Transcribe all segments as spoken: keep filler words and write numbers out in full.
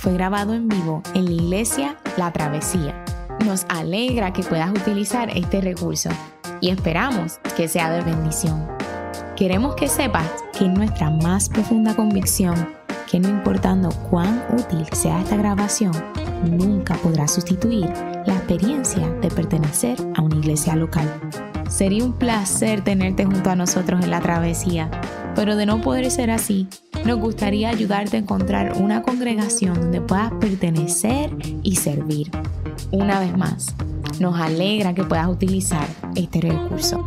fue grabado en vivo en la iglesia La Travesía. Nos alegra que puedas utilizar este recurso y esperamos que sea de bendición. Queremos que sepas que es nuestra más profunda convicción que no importando cuán útil sea esta grabación, nunca podrá sustituir la experiencia de pertenecer a una iglesia local. Sería un placer tenerte junto a nosotros en La Travesía, pero de no poder ser así, nos gustaría ayudarte a encontrar una congregación donde puedas pertenecer y servir. Una vez más, nos alegra que puedas utilizar este recurso.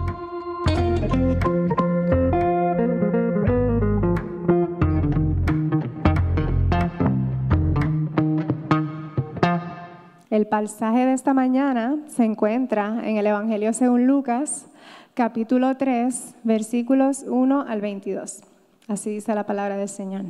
El pasaje de esta mañana se encuentra en el Evangelio según Lucas, capítulo tres, versículos uno al veintidós. Así dice la palabra del Señor.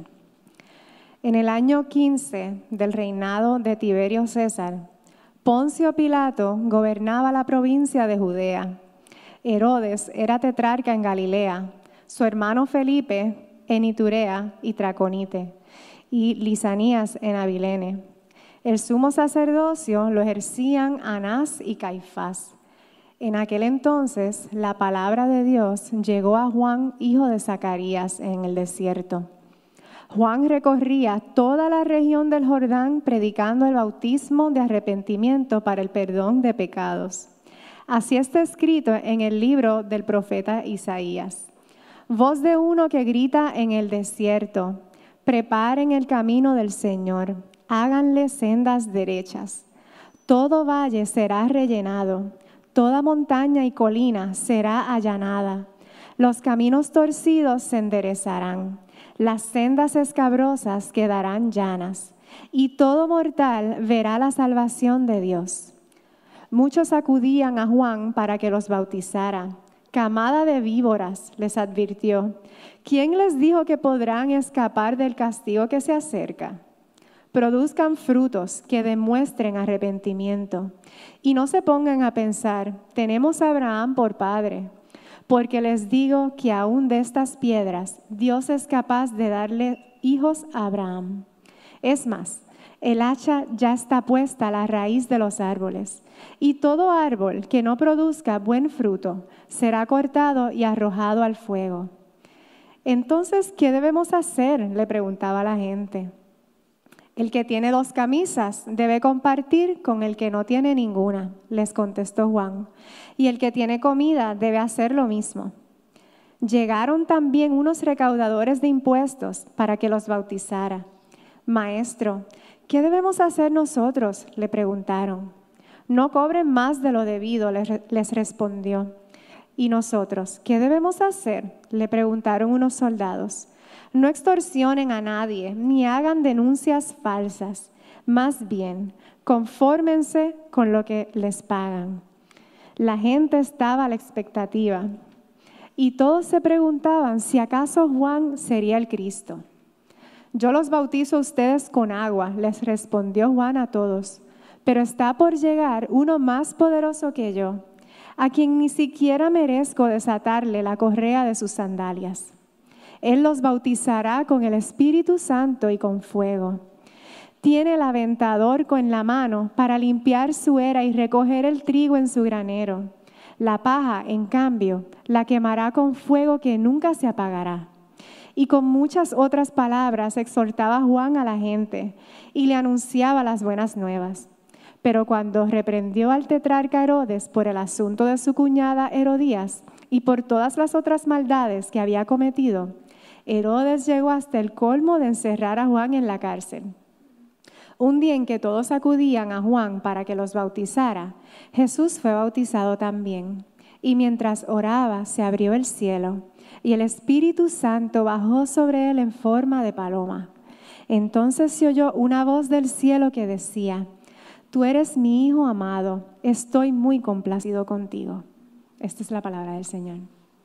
En el año quince del reinado de Tiberio César, Poncio Pilato gobernaba la provincia de Judea. Herodes era tetrarca en Galilea, su hermano Felipe en Iturea y Traconite, y Lisanías en Abilene. El sumo sacerdocio lo ejercían Anás y Caifás. En aquel entonces, la palabra de Dios llegó a Juan, hijo de Zacarías, en el desierto. Juan recorría toda la región del Jordán predicando el bautismo de arrepentimiento para el perdón de pecados. Así está escrito en el libro del profeta Isaías. Voz de uno que grita en el desierto, preparen el camino del Señor. Háganle sendas derechas. Todo valle será rellenado, toda montaña y colina será allanada. Los caminos torcidos se enderezarán, las sendas escabrosas quedarán llanas, y todo mortal verá la salvación de Dios. Muchos acudían a Juan para que los bautizara. Camada de víboras, les advirtió. ¿Quién les dijo que podrán escapar del castigo que se acerca? Produzcan frutos que demuestren arrepentimiento y no se pongan a pensar, tenemos a Abraham por padre, porque les digo que aún de estas piedras Dios es capaz de darle hijos a Abraham. Es más, el hacha ya está puesta a la raíz de los árboles, y todo árbol que no produzca buen fruto será cortado y arrojado al fuego. Entonces, ¿qué debemos hacer?, le preguntaba la gente. El que tiene dos camisas debe compartir con el que no tiene ninguna, les contestó Juan. Y el que tiene comida debe hacer lo mismo. Llegaron también unos recaudadores de impuestos para que los bautizara. Maestro, ¿qué debemos hacer nosotros?, le preguntaron. No cobren más de lo debido, les respondió. ¿Y nosotros qué debemos hacer?, le preguntaron unos soldados. No extorsionen a nadie, ni hagan denuncias falsas. Más bien, confórmense con lo que les pagan. La gente estaba a la expectativa, y todos se preguntaban si acaso Juan sería el Cristo. Yo los bautizo a ustedes con agua, les respondió Juan a todos, pero está por llegar uno más poderoso que yo, a quien ni siquiera merezco desatarle la correa de sus sandalias. Él los bautizará con el Espíritu Santo y con fuego. Tiene el aventador con la mano para limpiar su era y recoger el trigo en su granero. La paja, en cambio, la quemará con fuego que nunca se apagará. Y con muchas otras palabras exhortaba Juan a la gente y le anunciaba las buenas nuevas. Pero cuando reprendió al tetrarca Herodes por el asunto de su cuñada Herodías y por todas las otras maldades que había cometido, Herodes llegó hasta el colmo de encerrar a Juan en la cárcel. Un día en que todos acudían a Juan para que los bautizara, Jesús fue bautizado también. Y mientras oraba, se abrió el cielo, y el Espíritu Santo bajó sobre él en forma de paloma. Entonces se oyó una voz del cielo que decía: Tú eres mi Hijo amado, estoy muy complacido contigo. Esta es la palabra del Señor.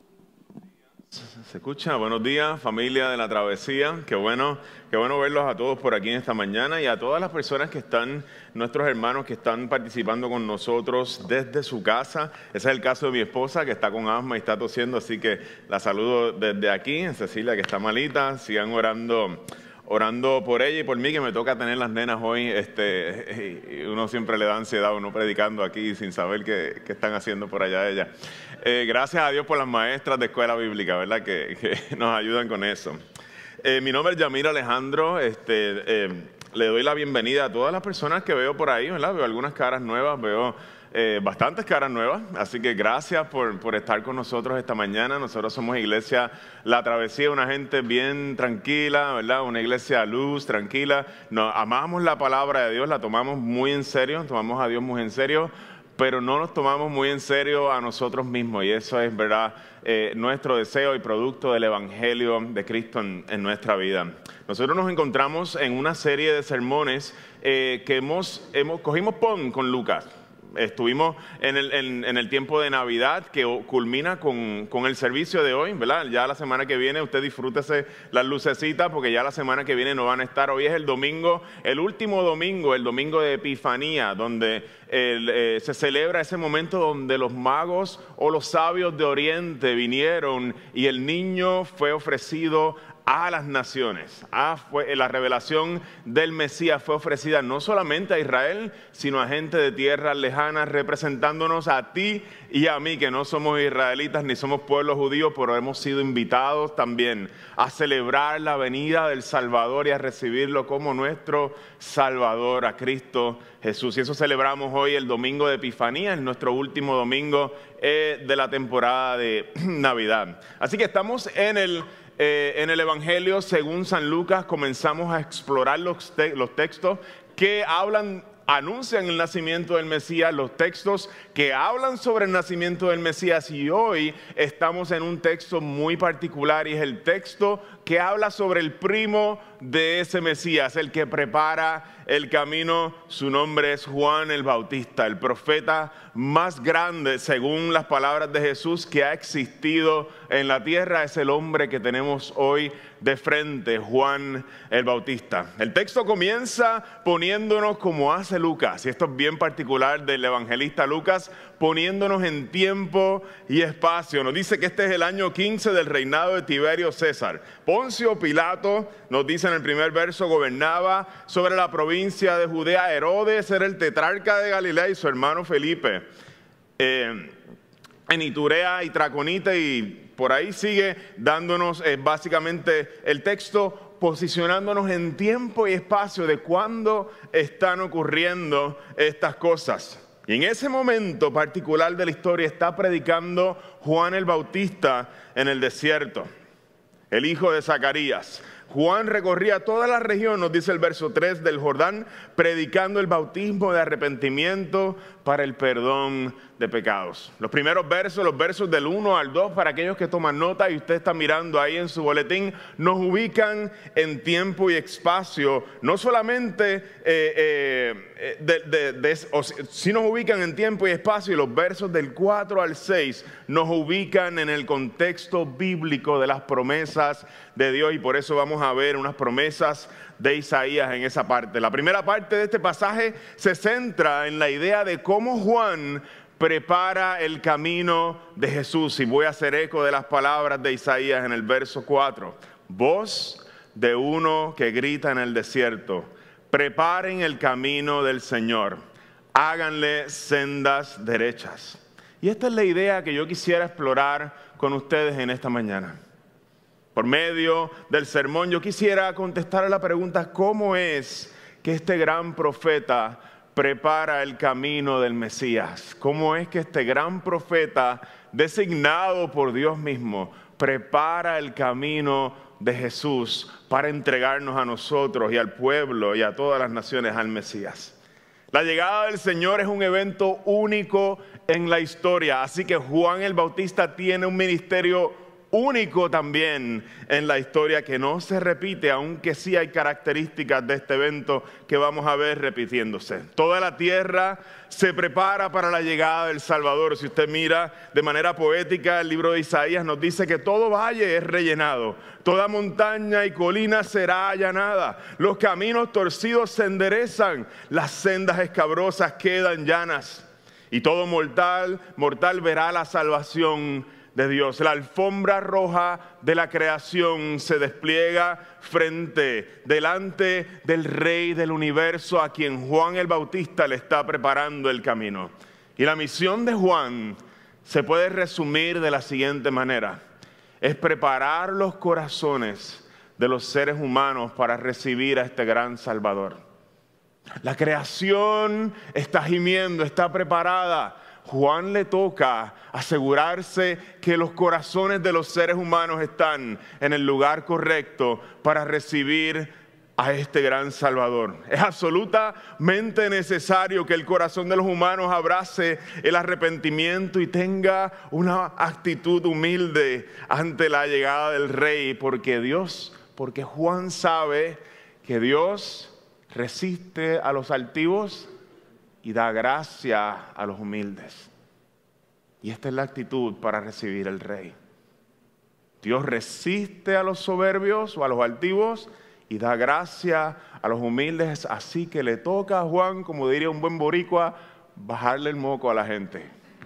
¿Se escucha? Buenos días, familia de La Travesía. Qué bueno, qué bueno verlos a todos por aquí en esta mañana y a todas las personas que están, nuestros hermanos que están participando con nosotros desde su casa. Ese es el caso de mi esposa que está con asma y está tosiendo, así que la saludo desde aquí. Cecilia, que está malita. Sigan orando, orando por ella y por mí, que me toca tener las nenas hoy. Este, y uno siempre le da ansiedad, uno predicando aquí sin saber qué, qué están haciendo por allá ellas. Eh, gracias a Dios por las maestras de escuela bíblica, ¿verdad? Que, que nos ayudan con eso. Eh, mi nombre es Yamir Alejandro. Este, eh, le doy la bienvenida a todas las personas que veo por ahí, ¿verdad? Veo algunas caras nuevas, veo eh, bastantes caras nuevas. Así que gracias por, por estar con nosotros esta mañana. Nosotros somos Iglesia La Travesía, una gente bien tranquila, ¿verdad? Una iglesia luz, tranquila. Nos, amamos la palabra de Dios, la tomamos muy en serio, tomamos a Dios muy en serio, pero no nos tomamos muy en serio a nosotros mismos, y eso es, ¿verdad?, eh, nuestro deseo y producto del Evangelio de Cristo en, en nuestra vida. Nosotros nos encontramos en una serie de sermones eh, que hemos, hemos, cogimos pon con Lucas. Estuvimos en el, en, en el tiempo de Navidad, que culmina con, con el servicio de hoy, ¿verdad? Ya la semana que viene usted disfrútese las lucecitas, porque ya la semana que viene no van a estar. Hoy es el domingo, el último domingo, el domingo de Epifanía, donde el, eh, se celebra ese momento donde los magos o los sabios de Oriente vinieron y el niño fue ofrecido a las naciones. Ah, fue, la revelación del Mesías fue ofrecida no solamente a Israel, sino a gente de tierras lejanas, representándonos a ti y a mí, que no somos israelitas ni somos pueblo judío, pero hemos sido invitados también a celebrar la venida del Salvador y a recibirlo como nuestro Salvador, a Cristo Jesús. Y eso celebramos hoy, el domingo de Epifanía, es nuestro último domingo eh, de la temporada de Navidad. Así que estamos en el Eh, en el Evangelio según San Lucas. Comenzamos a explorar los, te los textos que hablan, anuncian el nacimiento del Mesías, los textos que hablan sobre el nacimiento del Mesías, y hoy estamos en un texto muy particular, y es el texto que habla sobre el primo de ese Mesías, el que prepara el camino. Su nombre es Juan el Bautista, el profeta más grande, según las palabras de Jesús, que ha existido en la tierra. Es el hombre que tenemos hoy de frente, Juan el Bautista. El texto comienza poniéndonos, como hace Lucas, y esto es bien particular del evangelista Lucas, poniéndonos en tiempo y espacio. Nos dice que este es el año quince del reinado de Tiberio César. Poncio Pilato, nos dice en el primer verso, gobernaba sobre la provincia de Judea. Herodes era el tetrarca de Galilea, y su hermano Felipe eh, en Iturea y Traconite, y por ahí sigue dándonos eh, básicamente el texto, posicionándonos en tiempo y espacio de cuándo están ocurriendo estas cosas. Y en ese momento particular de la historia está predicando Juan el Bautista en el desierto, el hijo de Zacarías. Juan recorría toda la región, nos dice el verso tres, del Jordán, predicando el bautismo de arrepentimiento para el perdón de pecados. Los primeros versos, los versos del uno al dos, para aquellos que toman nota y usted está mirando ahí en su boletín, nos ubican en tiempo y espacio, no solamente, eh, eh, de, de, de, o, si nos ubican en tiempo y espacio, y los versos del cuatro al seis nos ubican en el contexto bíblico de las promesas de Dios, y por eso vamos a ver unas promesas de Isaías en esa parte. La primera parte de este pasaje se centra en la idea de cómo Juan prepara el camino de Jesús, y voy a hacer eco de las palabras de Isaías en el verso cuatro. Voz de uno que grita en el desierto: preparen el camino del Señor, háganle sendas derechas. Y esta es la idea que yo quisiera explorar con ustedes en esta mañana. Por medio del sermón yo quisiera contestar a la pregunta: ¿cómo es que este gran profeta prepara el camino del Mesías? ¿Cómo es que este gran profeta, designado por Dios mismo, prepara el camino de Jesús para entregarnos a nosotros y al pueblo y a todas las naciones al Mesías? La llegada del Señor es un evento único en la historia, así que Juan el Bautista tiene un ministerio único también en la historia, que no se repite, aunque sí hay características de este evento que vamos a ver repitiéndose. Toda la tierra se prepara para la llegada del Salvador. Si usted mira de manera poética el libro de Isaías, nos dice que todo valle es rellenado, toda montaña y colina será allanada, los caminos torcidos se enderezan, las sendas escabrosas quedan llanas, y todo mortal, mortal verá la salvación de Dios. La alfombra roja de la creación se despliega frente, delante del Rey del universo, a quien Juan el Bautista le está preparando el camino. Y la misión de Juan se puede resumir de la siguiente manera: es preparar los corazones de los seres humanos para recibir a este gran Salvador. La creación está gimiendo, está preparada. Juan le toca asegurarse que los corazones de los seres humanos están en el lugar correcto para recibir a este gran Salvador. Es absolutamente necesario que el corazón de los humanos abrace el arrepentimiento y tenga una actitud humilde ante la llegada del Rey, porque Dios, porque Juan sabe que Dios resiste a los altivos y da gracia a los humildes. Y esta es la actitud para recibir el Rey. Dios resiste a los soberbios o a los altivos y da gracia a los humildes. Así que le toca a Juan, como diría un buen boricua, bajarle el moco a la gente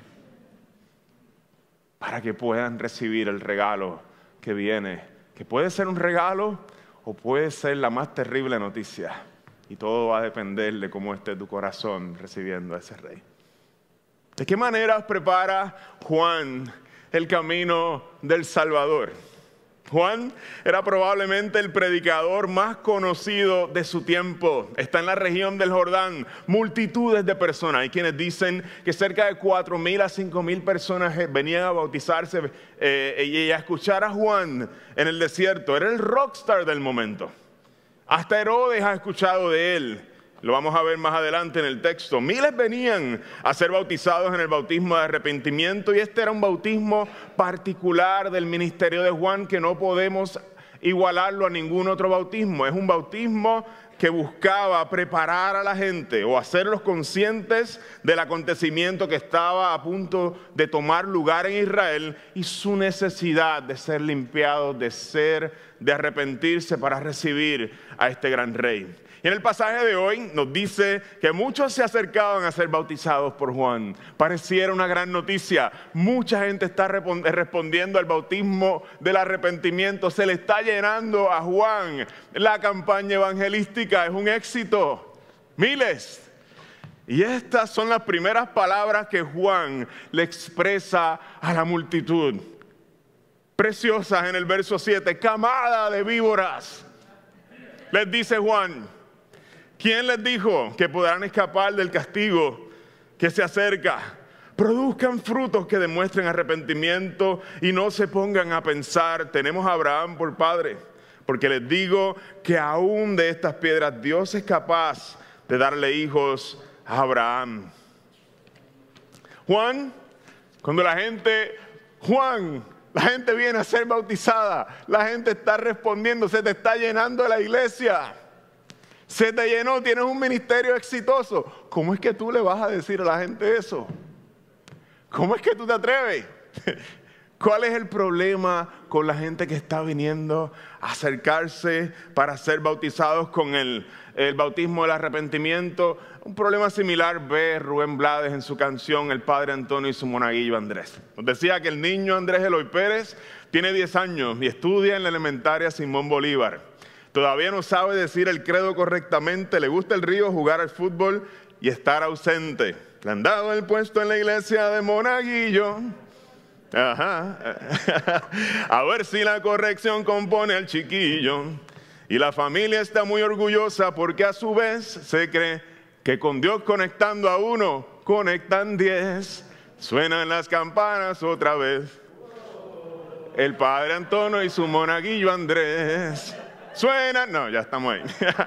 para que puedan recibir el regalo que viene, que puede ser un regalo o puede ser la más terrible noticia. Y todo va a depender de cómo esté tu corazón recibiendo a ese Rey. ¿De qué manera prepara Juan el camino del Salvador? Juan era probablemente el predicador más conocido de su tiempo. Está en la región del Jordán, multitudes de personas. Hay quienes dicen que cerca de cuatro mil a cinco mil personas venían a bautizarse eh, y a escuchar a Juan en el desierto. Era el rockstar del momento. Hasta Herodes ha escuchado de él. Lo vamos a ver más adelante en el texto. Miles venían a ser bautizados en el bautismo de arrepentimiento, y este era un bautismo particular del ministerio de Juan que no podemos igualarlo a ningún otro bautismo. Es un bautismo que buscaba preparar a la gente o hacerlos conscientes del acontecimiento que estaba a punto de tomar lugar en Israel y su necesidad de ser limpiados, de ser, de arrepentirse para recibir a este gran Rey. Y en el pasaje de hoy nos dice que muchos se acercaban a ser bautizados por Juan. Pareciera una gran noticia. Mucha gente está respondiendo al bautismo del arrepentimiento. Se le está llenando a Juan. La campaña evangelística es un éxito. Miles. Y estas son las primeras palabras que Juan le expresa a la multitud. Preciosas en el verso siete. Camada de víboras. Les dice Juan. ¿Quién les dijo que podrán escapar del castigo que se acerca? Produzcan frutos que demuestren arrepentimiento y no se pongan a pensar, tenemos a Abraham por padre. Porque les digo que aún de estas piedras Dios es capaz de darle hijos a Abraham. Juan, cuando la gente, Juan, la gente viene a ser bautizada, la gente está respondiendo, se te está llenando la iglesia. Se te llenó, tienes un ministerio exitoso. ¿Cómo es que tú le vas a decir a la gente eso? ¿Cómo es que tú te atreves? ¿Cuál es el problema con la gente que está viniendo a acercarse para ser bautizados con el, el bautismo del arrepentimiento? Un problema similar ve Rubén Blades en su canción El Padre Antonio y su monaguillo Andrés. Nos decía que el niño Andrés Eloy Pérez tiene diez años y estudia en la elementaria Simón Bolívar. Todavía no sabe decir el credo correctamente, le gusta el río, jugar al fútbol y estar ausente. Le han dado el puesto en la iglesia de monaguillo. Ajá. A ver si la corrección compone al chiquillo. Y la familia está muy orgullosa porque a su vez se cree que con Dios conectando a uno, conectan diez. Suenan las campanas otra vez. El Padre Antonio y su monaguillo Andrés. Suena, no, ya estamos ahí.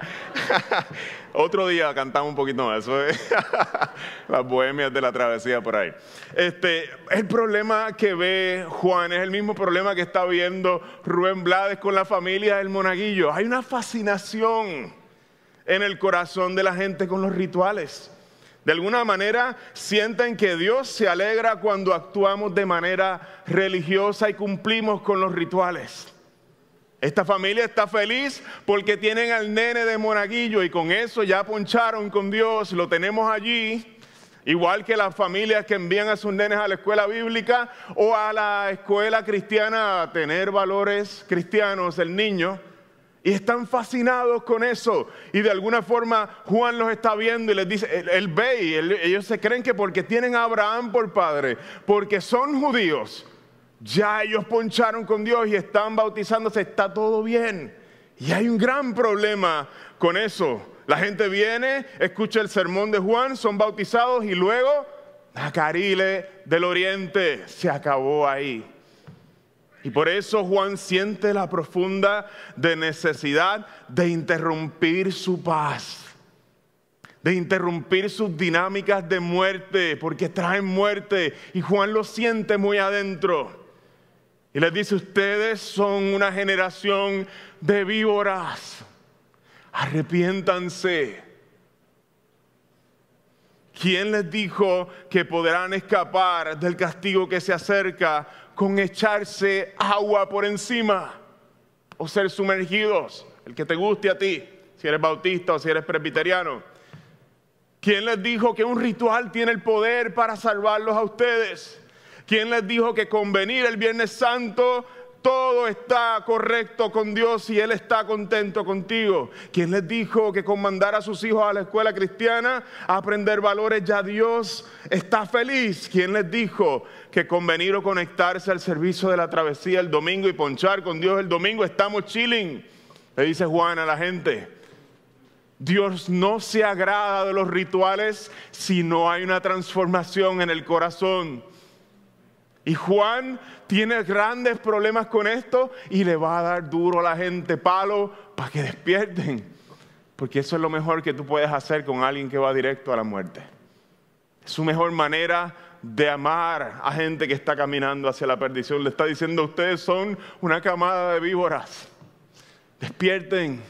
Otro día cantamos un poquito más. Eso es las bohemias de la travesía por ahí. Este, el problema que ve Juan es el mismo problema que está viendo Rubén Blades con la familia del monaguillo. Hay una fascinación en el corazón de la gente con los rituales. De alguna manera sienten que Dios se alegra cuando actuamos de manera religiosa y cumplimos con los rituales. Esta familia está feliz porque tienen al nene de monaguillo y con eso ya poncharon con Dios, lo tenemos allí Igual que las familias que envían a sus nenes a la escuela bíblica o a la escuela cristiana a tener valores cristianos, el niño, y están fascinados con eso. Y de alguna forma Juan los está viendo y les dice, él, él ve y él, ellos se creen que porque tienen a Abraham por padre, porque son judíos, ya ellos poncharon con Dios y están bautizándose, está todo bien. Y hay un gran problema con eso. La gente viene, escucha el sermón de Juan, son bautizados y luego a Carile del Oriente. Se acabó ahí. Y por eso Juan siente la profunda de necesidad de interrumpir su paz, de interrumpir sus dinámicas de muerte, porque traen muerte. Y Juan lo siente muy adentro. Y les dice, ustedes son una generación de víboras. Arrepiéntanse. ¿Quién les dijo que podrán escapar del castigo que se acerca con echarse agua por encima o ser sumergidos? El que te guste a ti, si eres bautista o si eres presbiteriano. ¿Quién les dijo que un ritual tiene el poder para salvarlos a ustedes? ¿Quién les dijo que con venir el Viernes Santo todo está correcto con Dios y Él está contento contigo? ¿Quién les dijo que con mandar a sus hijos a la escuela cristiana a aprender valores ya Dios está feliz? ¿Quién les dijo que con venir o conectarse al servicio de la travesía el domingo y ponchar con Dios el domingo estamos chilling? Le dice Juan a la gente. Dios no se agrada de los rituales si no hay una transformación en el corazón. Y Juan tiene grandes problemas con esto y le va a dar duro a la gente, palo, para que despierten. Porque eso es lo mejor que tú puedes hacer con alguien que va directo a la muerte. Es su mejor manera de amar a gente que está caminando hacia la perdición. Le está diciendo, ustedes son una camada de víboras. Despierten.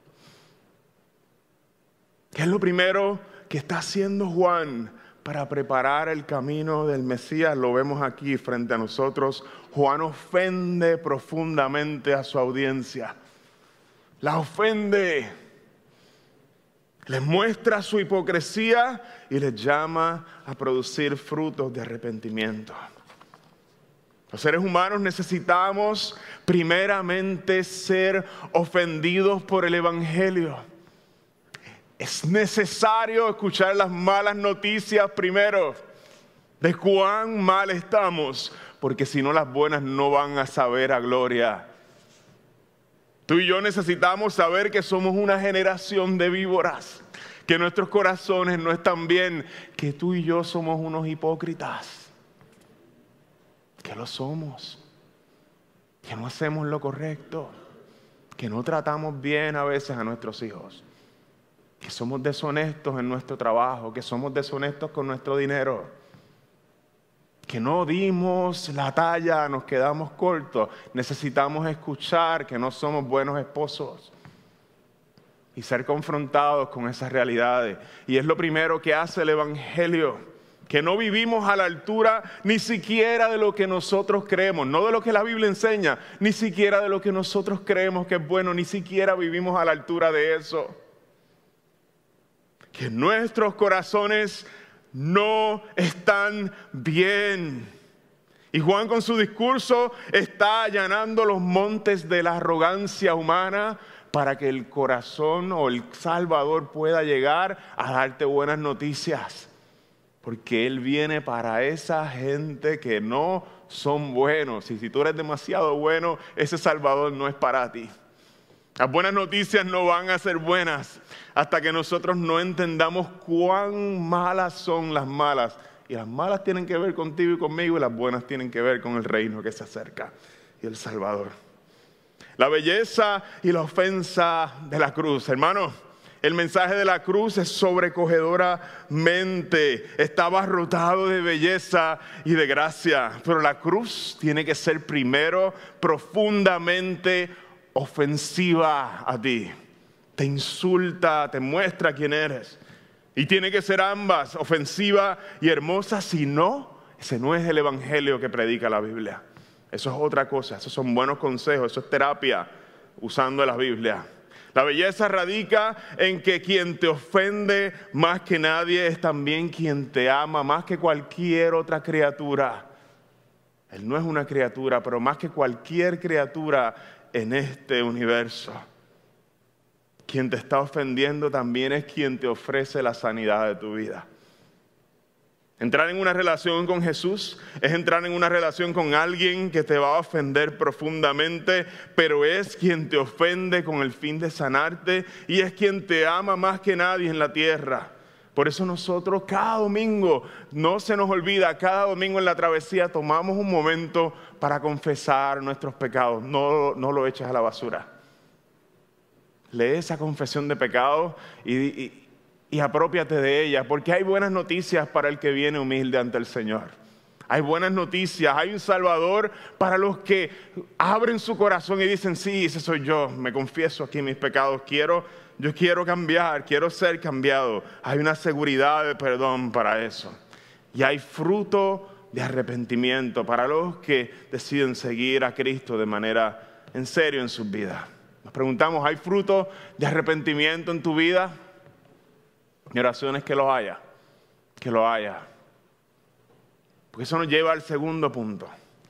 ¿Qué es lo primero que está haciendo Juan para preparar el camino del Mesías? Lo vemos aquí frente a nosotros. Juan ofende profundamente a su audiencia. La ofende. Les muestra su hipocresía y les llama a producir frutos de arrepentimiento. Los seres humanos necesitamos primeramente ser ofendidos por el Evangelio. Es necesario escuchar las malas noticias primero de cuán mal estamos, porque si no las buenas no van a saber a gloria. Tú y yo necesitamos saber que somos una generación de víboras, que nuestros corazones no están bien, que tú y yo somos unos hipócritas, que lo somos, que no hacemos lo correcto, que no tratamos bien a veces a nuestros hijos, que somos deshonestos en nuestro trabajo, que somos deshonestos con nuestro dinero, que no dimos la talla, nos quedamos cortos. Necesitamos escuchar que no somos buenos esposos y ser confrontados con esas realidades. Y es lo primero que hace el Evangelio, que no vivimos a la altura ni siquiera de lo que nosotros creemos, no de lo que la Biblia enseña, ni siquiera de lo que nosotros creemos que es bueno, ni siquiera vivimos a la altura de eso. Que nuestros corazones no están bien. Y Juan con su discurso está allanando los montes de la arrogancia humana para que el corazón o el Salvador pueda llegar a darte buenas noticias. Porque Él viene para esa gente que no son buenos. Y si tú eres demasiado bueno, ese Salvador no es para ti. Las buenas noticias no van a ser buenas hasta que nosotros no entendamos cuán malas son las malas. Y las malas tienen que ver contigo y conmigo, y las buenas tienen que ver con el reino que se acerca y el Salvador. La belleza y la ofensa de la cruz. Hermano, el mensaje de la cruz es sobrecogedoramente, está abarrotado de belleza y de gracia. Pero la cruz tiene que ser primero profundamente ofensiva a ti. Te insulta, te muestra quién eres. Y tiene que ser ambas, ofensiva y hermosa. Si no, ese no es el evangelio que predica la Biblia. Eso es otra cosa, esos son buenos consejos, eso es terapia usando la Biblia. La belleza radica en que quien te ofende más que nadie es también quien te ama más que cualquier otra criatura. Él no es una criatura, pero más que cualquier criatura en este universo. Quien te está ofendiendo también es quien te ofrece la sanidad de tu vida. Entrar en una relación con Jesús es entrar en una relación con alguien que te va a ofender profundamente, pero es quien te ofende con el fin de sanarte y es quien te ama más que nadie en la tierra. Por eso nosotros cada domingo, no se nos olvida, cada domingo en la travesía tomamos un momento para confesar nuestros pecados. No, no lo eches a la basura. Lee esa confesión de pecados y, y Y aprópiate de ella, porque hay buenas noticias para el que viene humilde ante el Señor. Hay buenas noticias, hay un Salvador para los que abren su corazón y dicen, sí, ese soy yo, me confieso aquí mis pecados, quiero, yo quiero cambiar, quiero ser cambiado. Hay una seguridad de perdón para eso. Y hay fruto de arrepentimiento para los que deciden seguir a Cristo de manera en serio en sus vidas. Nos preguntamos, ¿hay fruto de arrepentimiento en tu vida? Mi oración es que lo haya, que lo haya. Porque eso nos lleva al segundo punto.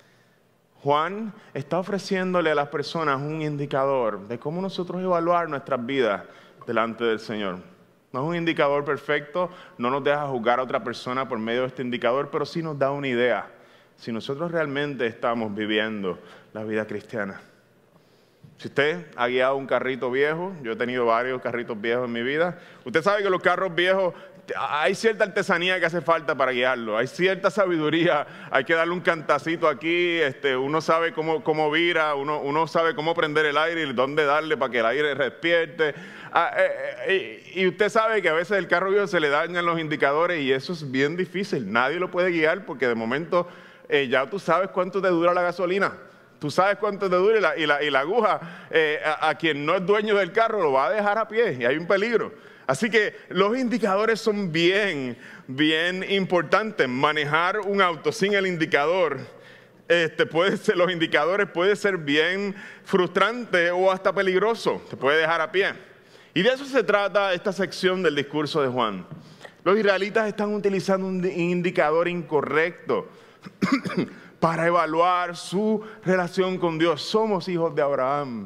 Juan está ofreciéndole a las personas un indicador de cómo nosotros evaluar nuestras vidas delante del Señor. No es un indicador perfecto, no nos deja juzgar a otra persona por medio de este indicador, pero sí nos da una idea si nosotros realmente estamos viviendo la vida cristiana. Si usted ha guiado un carrito viejo, yo he tenido varios carritos viejos en mi vida, usted sabe que los carros viejos, hay cierta artesanía que hace falta para guiarlo, hay cierta sabiduría, hay que darle un cantacito aquí, este, uno sabe cómo, cómo vira, uno, uno sabe cómo prender el aire y dónde darle para que el aire despierte. Ah, eh, eh, y usted sabe que a veces el carro viejo se le dañan los indicadores y eso es bien difícil, nadie lo puede guiar porque de momento eh, ya tú sabes cuánto te dura la gasolina. Tú sabes cuánto te dura y la, y la, y la aguja eh, a, a quien no es dueño del carro lo va a dejar a pie y hay un peligro. Así que los indicadores son bien, bien importantes. Manejar un auto sin el indicador, este, puede ser, los indicadores puede ser bien frustrante o hasta peligroso. Te puede dejar a pie. Y de eso se trata esta sección del discurso de Juan. Los israelitas están utilizando un indicador incorrecto para evaluar su relación con Dios. Somos hijos de Abraham.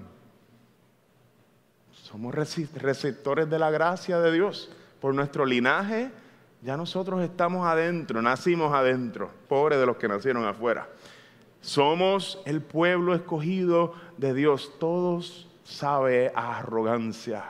Somos receptores de la gracia de Dios. Por nuestro linaje, ya nosotros estamos adentro, nacimos adentro. Pobres de los que nacieron afuera. Somos el pueblo escogido de Dios. Todos sabe a arrogancia.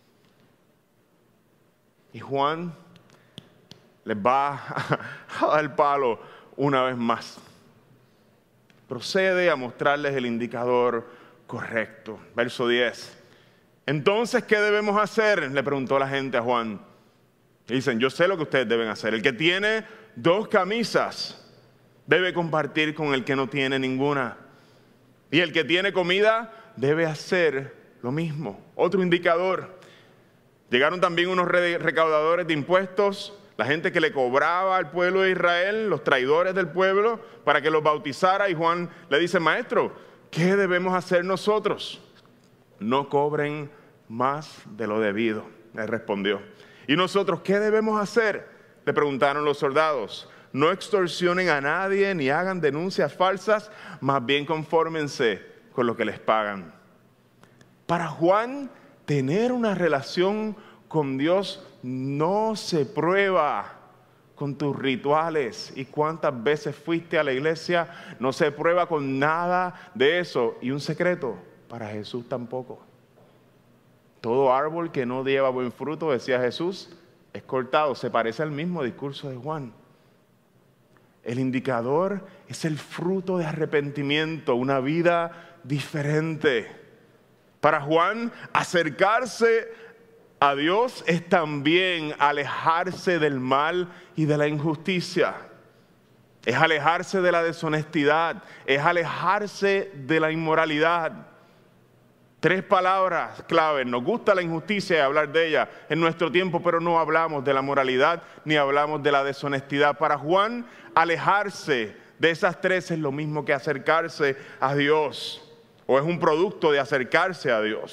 Y Juan les va a dar palo una vez más. Procede a mostrarles el indicador correcto. Verso diez. Entonces, ¿qué debemos hacer? Le preguntó la gente a Juan. Y dicen, yo sé lo que ustedes deben hacer. El que tiene dos camisas debe compartir con el que no tiene ninguna. Y el que tiene comida debe hacer lo mismo. Otro indicador. Llegaron también unos recaudadores de impuestos, la gente que le cobraba al pueblo de Israel, los traidores del pueblo, para que los bautizara. Y Juan le dice, maestro, ¿qué debemos hacer nosotros? No cobren más de lo debido, le respondió. ¿Y nosotros qué debemos hacer? Le preguntaron los soldados. No extorsionen a nadie ni hagan denuncias falsas, más bien confórmense con lo que les pagan. Para Juan, tener una relación con Dios no se prueba con tus rituales y cuántas veces fuiste a la iglesia, no se prueba con nada de eso. Y un secreto, para Jesús tampoco. Todo árbol que no lleva buen fruto, decía Jesús, es cortado. Se parece al mismo discurso de Juan. El indicador es el fruto de arrepentimiento, una vida diferente. Para Juan, acercarse a Dios es también alejarse del mal y de la injusticia. Es alejarse de la deshonestidad, es alejarse de la inmoralidad. Tres palabras claves. Nos gusta la injusticia y hablar de ella en nuestro tiempo, pero no hablamos de la moralidad ni hablamos de la deshonestidad. Para Juan, alejarse de esas tres es lo mismo que acercarse a Dios, o es un producto de acercarse a Dios.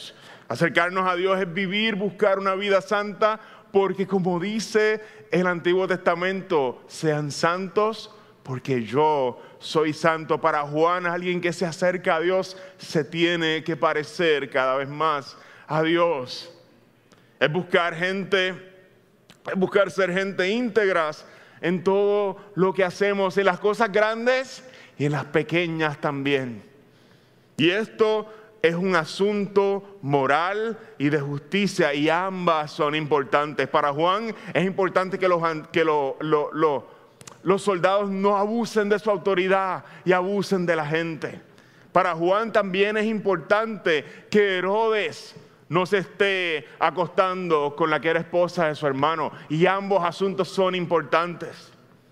Acercarnos a Dios es vivir, buscar una vida santa, porque como dice el Antiguo Testamento, sean santos porque yo soy santo. Para Juan, alguien que se acerca a Dios se tiene que parecer cada vez más a Dios. Es buscar gente, es buscar ser gente íntegras en todo lo que hacemos, en las cosas grandes y en las pequeñas también. Y esto es un asunto moral y de justicia, y ambas son importantes. Para Juan es importante que los, que lo, lo, lo, los soldados no abusen de su autoridad y abusen de la gente. Para Juan también es importante que Herodes no se esté acostando con la que era esposa de su hermano, y ambos asuntos son importantes.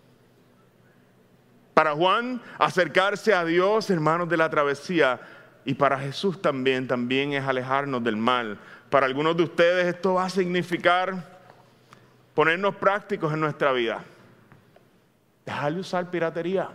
Para Juan, acercarse a Dios, hermanos de la travesía, y para Jesús también, también es alejarnos del mal. Para algunos de ustedes esto va a significar ponernos prácticos en nuestra vida. Dejar de usar piratería.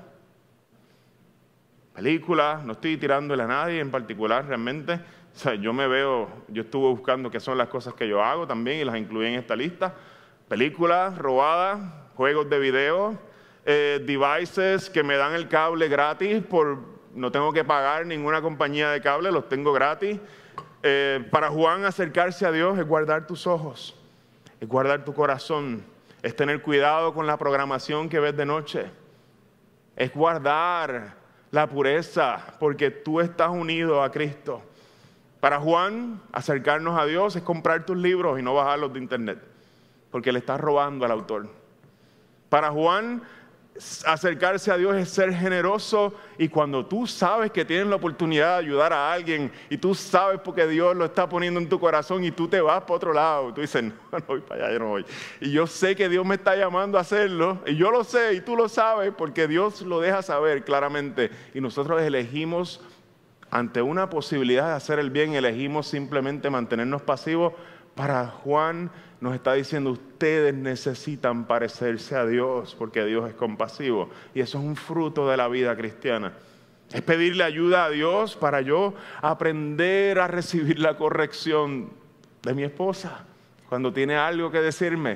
Películas, no estoy tirándole a nadie en particular realmente. O sea, yo me veo, yo estuve buscando qué son las cosas que yo hago también y las incluí en esta lista. Películas robadas, juegos de video, eh, devices que me dan el cable gratis, por, no tengo que pagar ninguna compañía de cable, los tengo gratis. Eh, para Juan, acercarse a Dios es guardar tus ojos, es guardar tu corazón, es tener cuidado con la programación que ves de noche, es guardar la pureza porque tú estás unido a Cristo. Para Juan, acercarnos a Dios es comprar tus libros y no bajarlos de internet, porque le estás robando al autor. Para Juan, acercarse a Dios es ser generoso, y cuando tú sabes que tienes la oportunidad de ayudar a alguien y tú sabes porque Dios lo está poniendo en tu corazón y tú te vas para otro lado, tú dices, no, no voy para allá, yo no voy. Y yo sé que Dios me está llamando a hacerlo, y yo lo sé y tú lo sabes porque Dios lo deja saber claramente, y nosotros elegimos, ante una posibilidad de hacer el bien, elegimos simplemente mantenernos pasivos. Para Juan nos está diciendo, ustedes necesitan parecerse a Dios porque Dios es compasivo, y eso es un fruto de la vida cristiana. Es pedirle ayuda a Dios para yo aprender a recibir la corrección de mi esposa cuando tiene algo que decirme.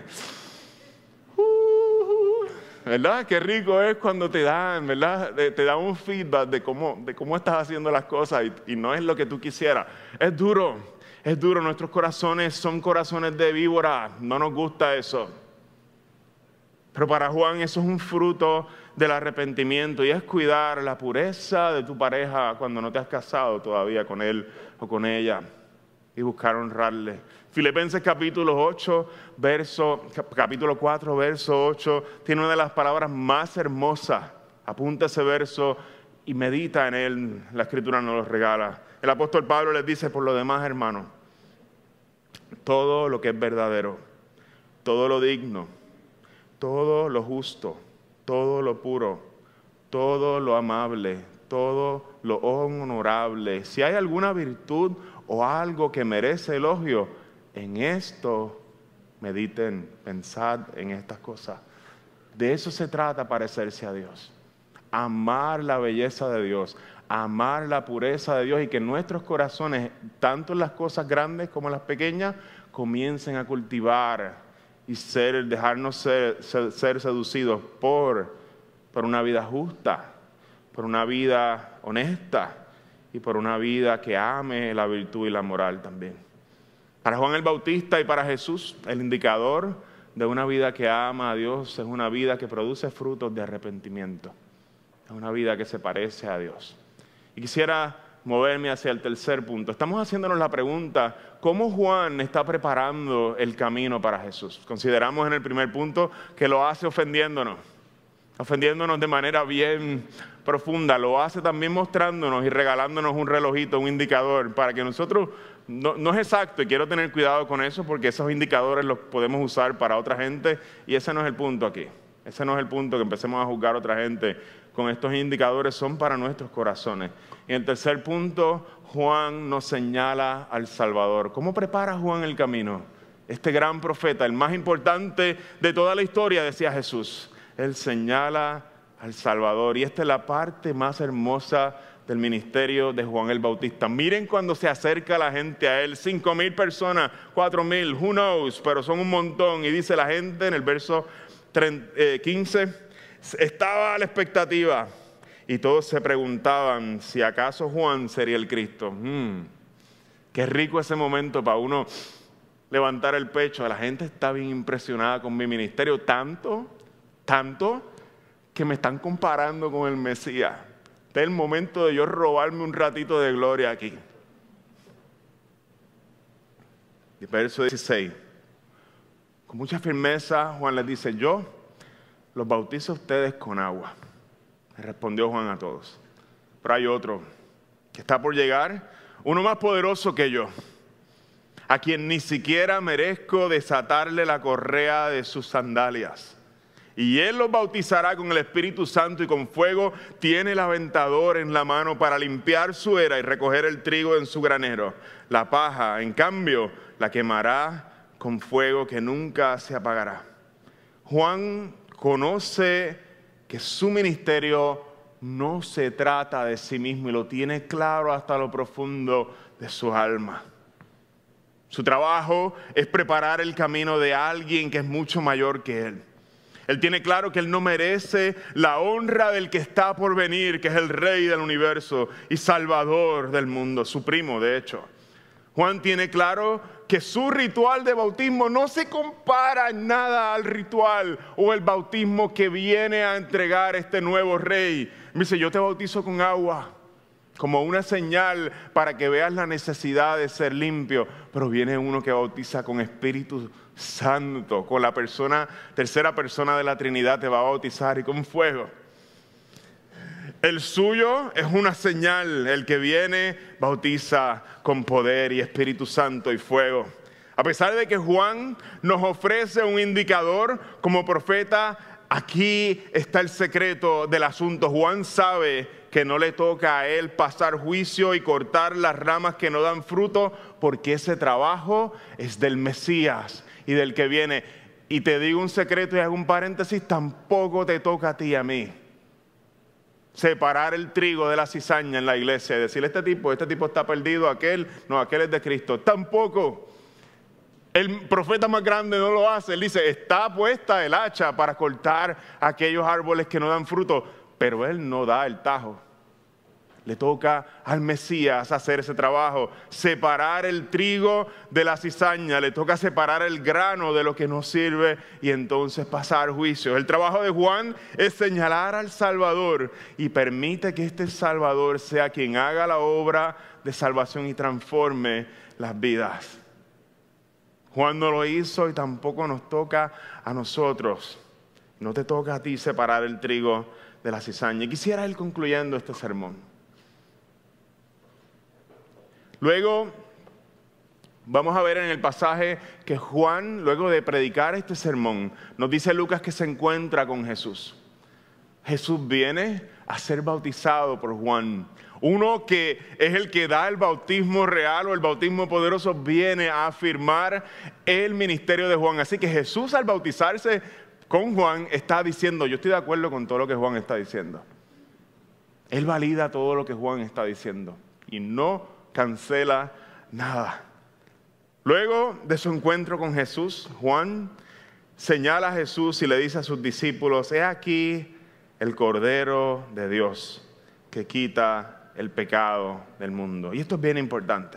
¿Verdad? Qué rico es cuando te dan, ¿verdad? Te dan un feedback de cómo, de cómo estás haciendo las cosas y, y no es lo que tú quisieras. Es duro, es duro. Nuestros corazones son corazones de víbora. No nos gusta eso. Pero para Juan eso es un fruto del arrepentimiento, y es cuidar la pureza de tu pareja cuando no te has casado todavía con él o con ella, y buscar honrarle. Filipenses capítulo ocho, verso, capítulo cuatro, verso ocho, tiene una de las palabras más hermosas. Apunta ese verso y medita en él, la Escritura nos lo regala. El apóstol Pablo les dice, por lo demás, hermanos, todo lo que es verdadero, todo lo digno, todo lo justo, todo lo puro, todo lo amable, todo lo honorable, si hay alguna virtud o algo que merece elogio, en esto mediten, pensad en estas cosas. De eso se trata, parecerse a Dios. Amar la belleza de Dios, amar la pureza de Dios, y que nuestros corazones, tanto en las cosas grandes como en las pequeñas, comiencen a cultivar y ser, dejarnos ser, ser, ser seducidos por, por una vida justa, por una vida honesta y por una vida que ame la virtud y la moral también. Para Juan el Bautista y para Jesús, el indicador de una vida que ama a Dios es una vida que produce frutos de arrepentimiento. Es una vida que se parece a Dios. Y quisiera moverme hacia el tercer punto. Estamos haciéndonos la pregunta, ¿cómo Juan está preparando el camino para Jesús? Consideramos en el primer punto que lo hace ofendiéndonos. Ofendiéndonos de manera bien profunda. Lo hace también mostrándonos y regalándonos un relojito, un indicador, para que nosotros, no, no es exacto, y quiero tener cuidado con eso, porque esos indicadores los podemos usar para otra gente, y ese no es el punto aquí. Ese no es el punto, que empecemos a juzgar a otra gente con estos indicadores, son para nuestros corazones. Y el tercer punto, Juan nos señala al Salvador. ¿Cómo prepara Juan el camino? Este gran profeta, el más importante de toda la historia, decía Jesús. Él señala al Salvador, y esta es la parte más hermosa del ministerio de Juan el Bautista. Miren cuando se acerca la gente a él, cinco mil personas, cuatro mil, who knows, pero son un montón. Y dice la gente en el verso quince, estaba a la expectativa y todos se preguntaban si acaso Juan sería el Cristo. Hmm, qué rico ese momento para uno levantar el pecho. La gente está bien impresionada con mi ministerio, tanto, tanto que me están comparando con el Mesías. Este es el momento de yo robarme un ratito de gloria aquí. Y verso dieciséis. Con mucha firmeza Juan les dice, yo los bautizo a ustedes con agua. Le respondió Juan a todos. Pero hay otro que está por llegar, uno más poderoso que yo, a quien ni siquiera merezco desatarle la correa de sus sandalias. Y él los bautizará con el Espíritu Santo y con fuego. Tiene el aventador en la mano para limpiar su era y recoger el trigo en su granero. La paja, en cambio, la quemará con fuego que nunca se apagará. Juan conoce que su ministerio no se trata de sí mismo y lo tiene claro hasta lo profundo de su alma. Su trabajo es preparar el camino de alguien que es mucho mayor que él. Él tiene claro que él no merece la honra del que está por venir, que es el Rey del universo y Salvador del mundo, su primo de hecho. Juan tiene claro que su ritual de bautismo no se compara en nada al ritual o el bautismo que viene a entregar este nuevo Rey. Me dice, yo te bautizo con agua como una señal para que veas la necesidad de ser limpio, pero viene uno que bautiza con Espíritu Santo, con la persona, tercera persona de la Trinidad te va a bautizar y con fuego. El suyo es una señal, el que viene bautiza con poder y Espíritu Santo y fuego. A pesar de que Juan nos ofrece un indicador como profeta, aquí está el secreto del asunto. Juan sabe que no le toca a él pasar juicio y cortar las ramas que no dan fruto, porque ese trabajo es del Mesías y del que viene. Y te digo un secreto y hago un paréntesis, tampoco te toca a ti y a mí separar el trigo de la cizaña en la iglesia y decirle, este tipo, este tipo está perdido, aquel, no, aquel es de Cristo. Tampoco. El profeta más grande no lo hace. Él dice, está puesta el hacha para cortar aquellos árboles que no dan fruto, pero él no da el tajo. Le toca al Mesías hacer ese trabajo, separar el trigo de la cizaña, le toca separar el grano de lo que no sirve y entonces pasar juicio. El trabajo de Juan es señalar al Salvador y permite que este Salvador sea quien haga la obra de salvación y transforme las vidas. Juan no lo hizo y tampoco nos toca a nosotros. No te toca a ti separar el trigo de la cizaña. Y quisiera ir concluyendo este sermón. Luego vamos a ver en el pasaje que Juan, luego de predicar este sermón, nos dice Lucas que se encuentra con Jesús. Jesús viene a ser bautizado por Juan. Uno que es el que da el bautismo real o el bautismo poderoso viene a afirmar el ministerio de Juan. Así que Jesús, al bautizarse con Juan, está diciendo, yo estoy de acuerdo con todo lo que Juan está diciendo. Él valida todo lo que Juan está diciendo y no cancela nada. Luego de su encuentro con Jesús, Juan señala a Jesús y le dice a sus discípulos, he aquí el Cordero de Dios que quita el pecado del mundo. Y esto es bien importante.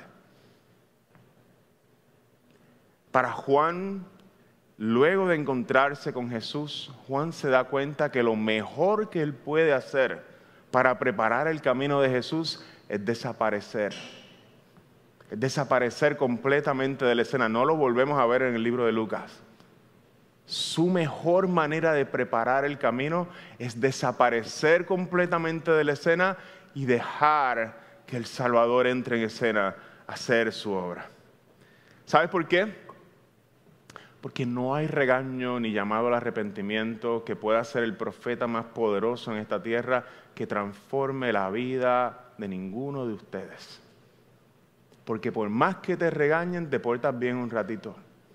Para Juan, luego de encontrarse con Jesús, Juan se da cuenta que lo mejor que él puede hacer para preparar el camino de Jesús es desaparecer. Es desaparecer completamente de la escena. No lo volvemos a ver en el libro de Lucas. Su mejor manera de preparar el camino es desaparecer completamente de la escena y dejar que el Salvador entre en escena a hacer su obra. ¿Sabes por qué? Porque no hay regaño ni llamado al arrepentimiento que pueda ser el profeta más poderoso en esta tierra que transforme la vida de ninguno de ustedes. Porque por más que te regañen, te portas bien un ratito.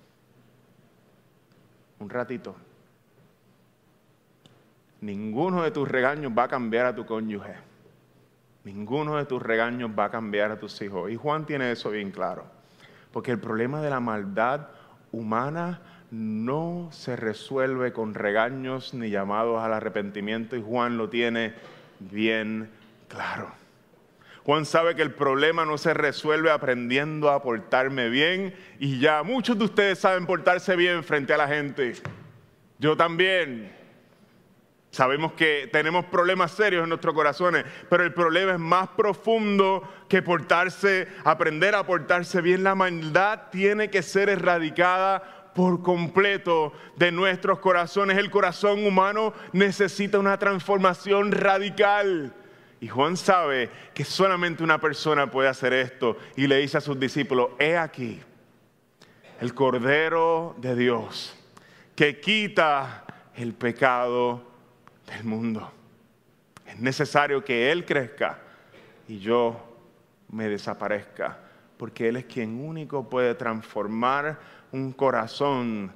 Un ratito. Ninguno de tus regaños va a cambiar a tu cónyuge. Ninguno de tus regaños va a cambiar a tus hijos. Y Juan tiene eso bien claro. Porque el problema de la maldad humana no se resuelve con regaños ni llamados al arrepentimiento. Y Juan lo tiene bien claro. Juan sabe que el problema no se resuelve aprendiendo a portarme bien. Y ya muchos de ustedes saben portarse bien frente a la gente. Yo también. Sabemos que tenemos problemas serios en nuestros corazones, pero el problema es más profundo que portarse, aprender a portarse bien. La maldad tiene que ser erradicada por completo de nuestros corazones. El corazón humano necesita una transformación radical. Y Juan sabe que solamente una persona puede hacer esto. Y le dice a sus discípulos, he aquí el Cordero de Dios que quita el pecado del mundo. Es necesario que Él crezca y yo me desaparezca, porque Él es quien único puede transformar un corazón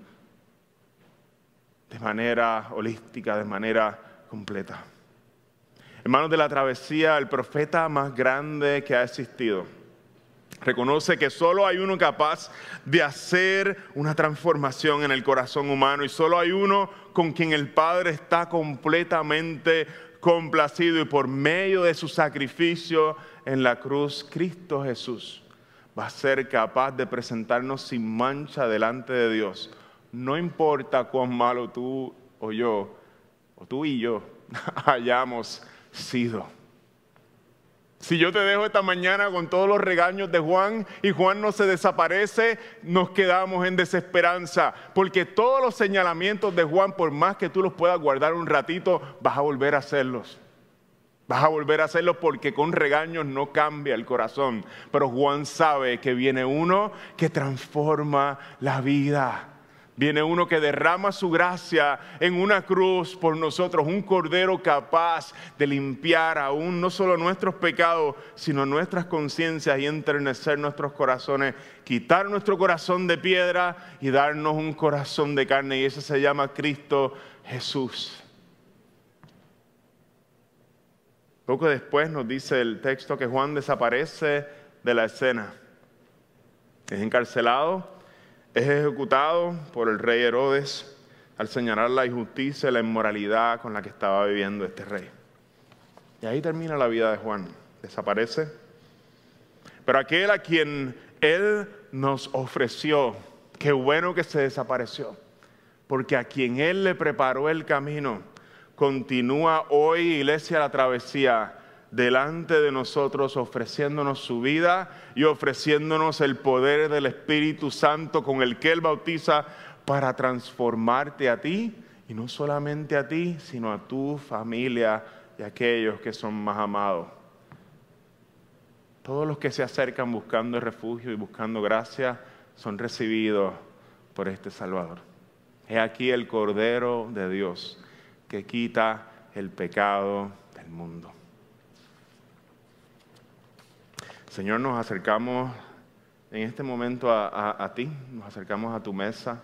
de manera holística, de manera completa. Hermanos de la travesía, el profeta más grande que ha existido reconoce que solo hay uno capaz de hacer una transformación en el corazón humano y solo hay uno con quien el Padre está completamente complacido, y por medio de su sacrificio en la cruz, Cristo Jesús va a ser capaz de presentarnos sin mancha delante de Dios. No importa cuán malo tú o yo, o tú y yo, hayamos sido. Si yo te dejo esta mañana con todos los regaños de Juan y Juan no se desaparece, nos quedamos en desesperanza. Porque todos los señalamientos de Juan, por más que tú los puedas guardar un ratito, vas a volver a hacerlos. Vas a volver a hacerlos porque con regaños no cambia el corazón. Pero Juan sabe que viene uno que transforma la vida. Viene uno que derrama su gracia en una cruz por nosotros, un cordero capaz de limpiar aún no solo nuestros pecados, sino nuestras conciencias y enternecer nuestros corazones, quitar nuestro corazón de piedra y darnos un corazón de carne, y ese se llama Cristo Jesús. Poco después nos dice el texto que Juan desaparece de la escena. Es encarcelado. Es ejecutado por el rey Herodes al señalar la injusticia y la inmoralidad con la que estaba viviendo este rey. Y ahí termina la vida de Juan. Desaparece. Pero aquel a quien Él nos ofreció, qué bueno que se desapareció. Porque a quien Él le preparó el camino, continúa hoy, Iglesia La Travesía, delante de nosotros, ofreciéndonos su vida y ofreciéndonos el poder del Espíritu Santo con el que Él bautiza para transformarte a ti, y no solamente a ti, sino a tu familia y a aquellos que son más amados. Todos los que se acercan buscando refugio y buscando gracia son recibidos por este Salvador. He aquí el Cordero de Dios que quita el pecado del mundo. Señor, nos acercamos en este momento a, a, a ti, nos acercamos a tu mesa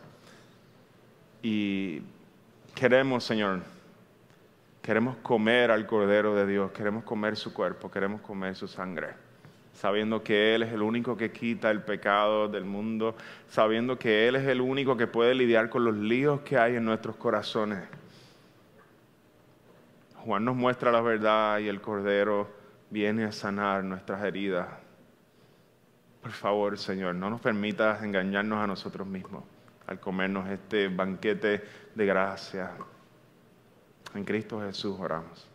y queremos, Señor, queremos comer al Cordero de Dios, queremos comer su cuerpo, queremos comer su sangre, sabiendo que Él es el único que quita el pecado del mundo, sabiendo que Él es el único que puede lidiar con los líos que hay en nuestros corazones. Juan nos muestra la verdad y el Cordero viene a sanar nuestras heridas. Por favor, Señor, no nos permitas engañarnos a nosotros mismos al comernos este banquete de gracia. En Cristo Jesús oramos.